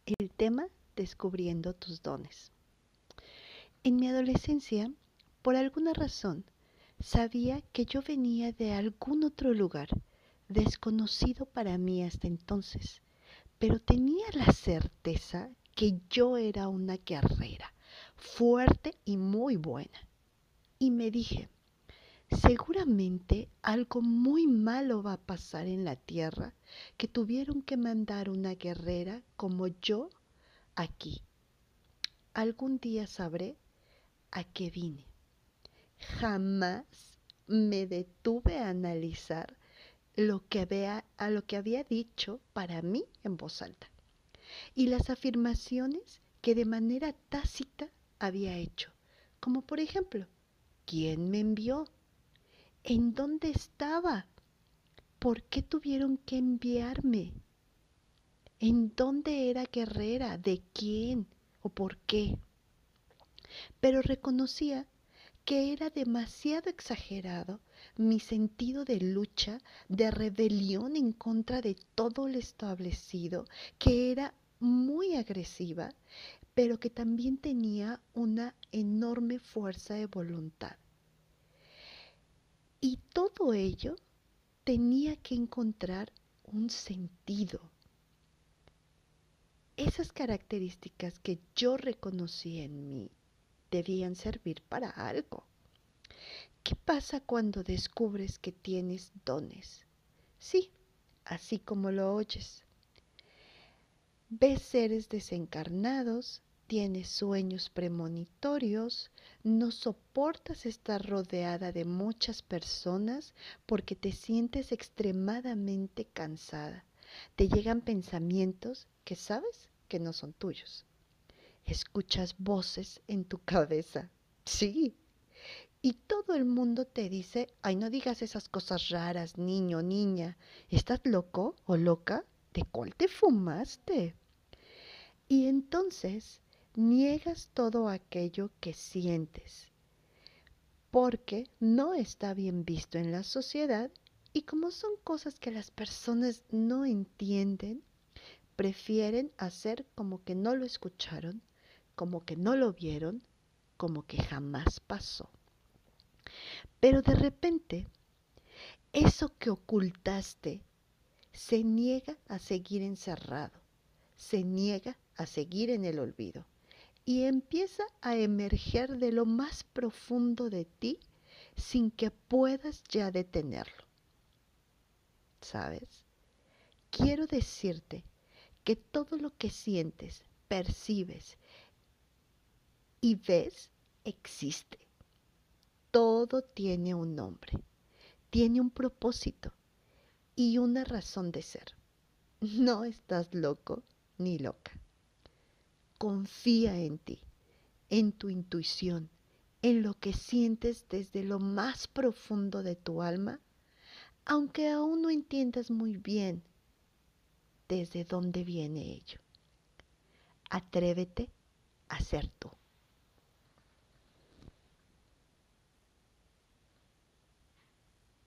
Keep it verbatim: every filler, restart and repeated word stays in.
El tema descubriendo tus dones. En mi adolescencia, por alguna razón, sabía que yo venía de algún otro lugar, desconocido para mí hasta entonces, pero tenía la certeza que yo era una guerrera, fuerte y muy buena. Y me dije, seguramente algo muy malo va a pasar en la tierra, que tuvieron que mandar una guerrera como yo aquí. Algún día sabré a qué vine. Jamás me detuve a analizar lo que había, a lo que había dicho para mí en voz alta y las afirmaciones que de manera tácita había hecho, como por ejemplo, ¿quién me envió? ¿En dónde estaba? ¿Por qué tuvieron que enviarme? ¿En dónde era guerrera? ¿De quién? ¿O por qué? Pero reconocía que era demasiado exagerado mi sentido de lucha, de rebelión en contra de todo lo establecido, que era muy agresiva, pero que también tenía una enorme fuerza de voluntad. Y todo ello tenía que encontrar un sentido. Esas características que yo reconocí en mí debían servir para algo. ¿Qué pasa cuando descubres que tienes dones? Sí, así como lo oyes. Ves seres desencarnados, tienes sueños premonitorios, no soportas estar rodeada de muchas personas porque te sientes extremadamente cansada. Te llegan pensamientos que sabes que no son tuyos. Escuchas voces en tu cabeza. Sí, y todo el mundo te dice, ay, no digas esas cosas raras, niño, niña. ¿Estás loco o loca? ¿De cuál te fumaste? Y entonces niegas todo aquello que sientes, porque no está bien visto en la sociedad y como son cosas que las personas no entienden, prefieren hacer como que no lo escucharon, como que no lo vieron, como que jamás pasó. Pero de repente, eso que ocultaste se niega a seguir encerrado, se niega a seguir en el olvido y empieza a emerger de lo más profundo de ti sin que puedas ya detenerlo. ¿Sabes? Quiero decirte que todo lo que sientes, percibes y ves existe. Todo tiene un nombre, tiene un propósito y una razón de ser. No estás loco ni loca. Confía en ti, en tu intuición, en lo que sientes desde lo más profundo de tu alma, aunque aún no entiendas muy bien desde dónde viene ello. Atrévete a ser tú.